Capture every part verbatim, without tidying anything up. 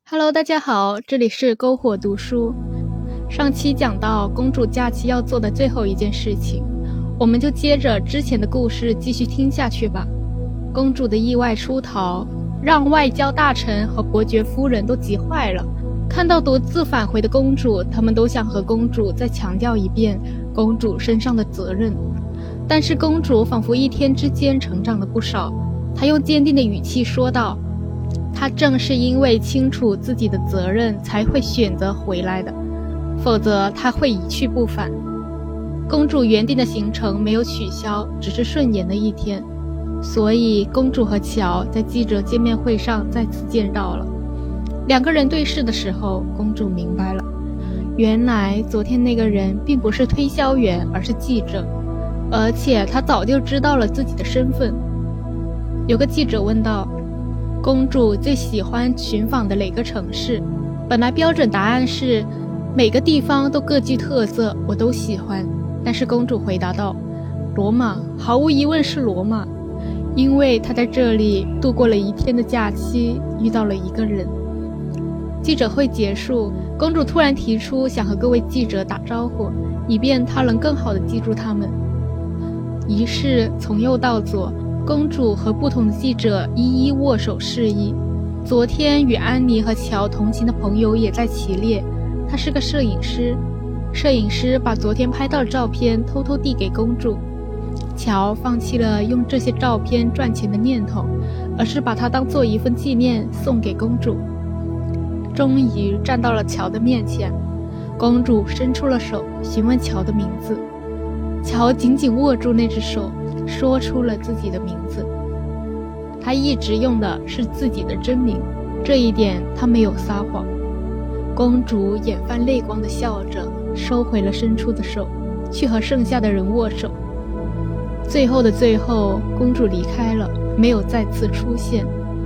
Hello， 大家好，这里是篝火读书。上期讲到公主假期要做的最后一件事情，我们就接着之前的故事继续听下去吧。公主的意外出逃，让外交大臣和伯爵夫人都急坏了。看到独自返回的公主，他们都想和公主再强调一遍公主身上的责任。但是公主仿佛一天之间成长了不少，她用坚定的语气说道，她正是因为清楚自己的责任才会选择回来的，否则她会一去不返。公主原定的行程没有取消，只是顺延了一天，所以公主和乔在记者见面会上再次见到了。两个人对视的时候，公主明白了，原来昨天那个人并不是推销员，而是记者，而且她早就知道了自己的身份。有个记者问道，公主最喜欢寻访的哪个城市？本来标准答案是每个地方都各具特色，我都喜欢。但是公主回答道，罗马，毫无疑问是罗马，因为她在这里度过了一天的假期，遇到了一个人。记者会结束，公主突然提出想和各位记者打招呼，以便她能更好地记住他们。仪式从右到左，公主和不同的记者一一握手示意。昨天与安妮和乔同行的朋友也在其列，他是个摄影师。摄影师把昨天拍到的照片偷偷递给公主。乔放弃了用这些照片赚钱的念头，而是把它当做一份纪念送给公主。终于站到了乔的面前，公主伸出了手询问乔的名字。乔紧紧握住那只手，说出了自己的名字。他一直用的是自己的真名，这一点他没有撒谎。公主眼泛泪光地笑着，收回了伸出的手，去和剩下的人握手。最后的最后，公主离开了，没有再次出现。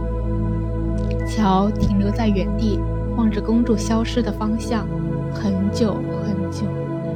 乔停留在原地，望着公主消失的方向，很久很久。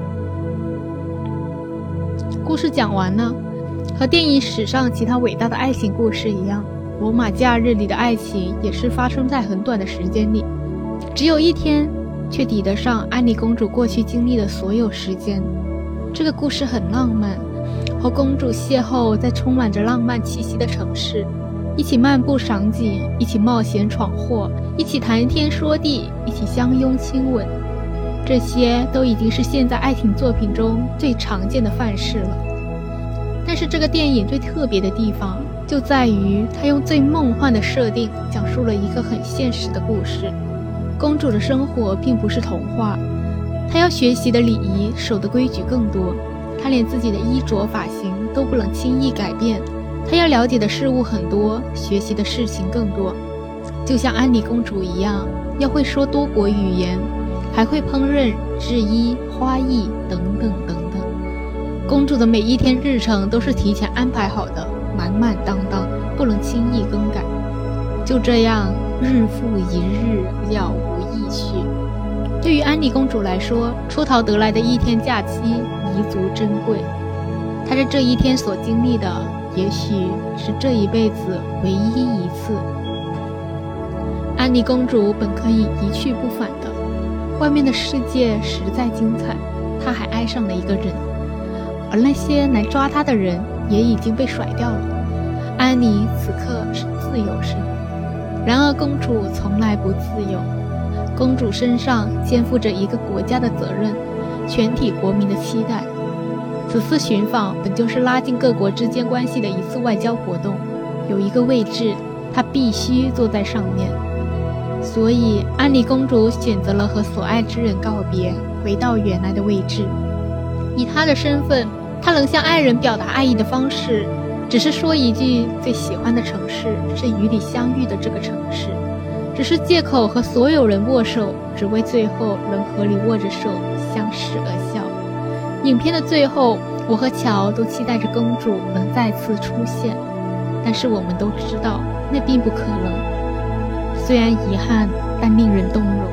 故事讲完了，和电影史上其他伟大的爱情故事一样，罗马假日里的爱情也是发生在很短的时间里，只有一天，却抵得上安妮公主过去经历的所有时间。这个故事很浪漫，和公主邂逅在充满着浪漫气息的城市，一起漫步赏景，一起冒险闯祸，一起谈天说地，一起相拥亲吻，这些都已经是现在爱情作品中最常见的范式了。但是这个电影最特别的地方就在于它用最梦幻的设定讲述了一个很现实的故事。公主的生活并不是童话，她要学习的礼仪，守的规矩更多，她连自己的衣着发型都不能轻易改变，她要了解的事物很多，学习的事情更多。就像安妮公主一样，要会说多国语言，还会烹饪、制衣、花艺等等等等。公主的每一天日程都是提前安排好的，满满当当，不能轻易更改。就这样，日复一日，了无音讯。对于安妮公主来说，出逃得来的一天假期弥足珍贵。她在这一天所经历的，也许是这一辈子唯一一次。安妮公主本可以一去不返的，外面的世界实在精彩，她还爱上了一个人，而那些来抓她的人也已经被甩掉了。安妮此刻是自由身，然而公主从来不自由。公主身上肩负着一个国家的责任，全体国民的期待。此次寻访本就是拉近各国之间关系的一次外交活动，有一个位置，她必须坐在上面。所以安妮公主选择了和所爱之人告别，回到原来的位置。以她的身份，她能向爱人表达爱意的方式，只是说一句最喜欢的城市是与你相遇的这个城市，只是借口和所有人握手，只为最后能和你握着手相视而笑。影片的最后，我和乔都期待着公主能再次出现，但是我们都知道那并不可能。虽然遗憾，但令人动容。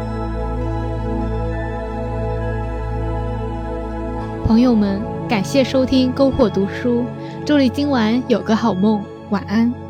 朋友们，感谢收听篝火读书，祝你今晚有个好梦，晚安。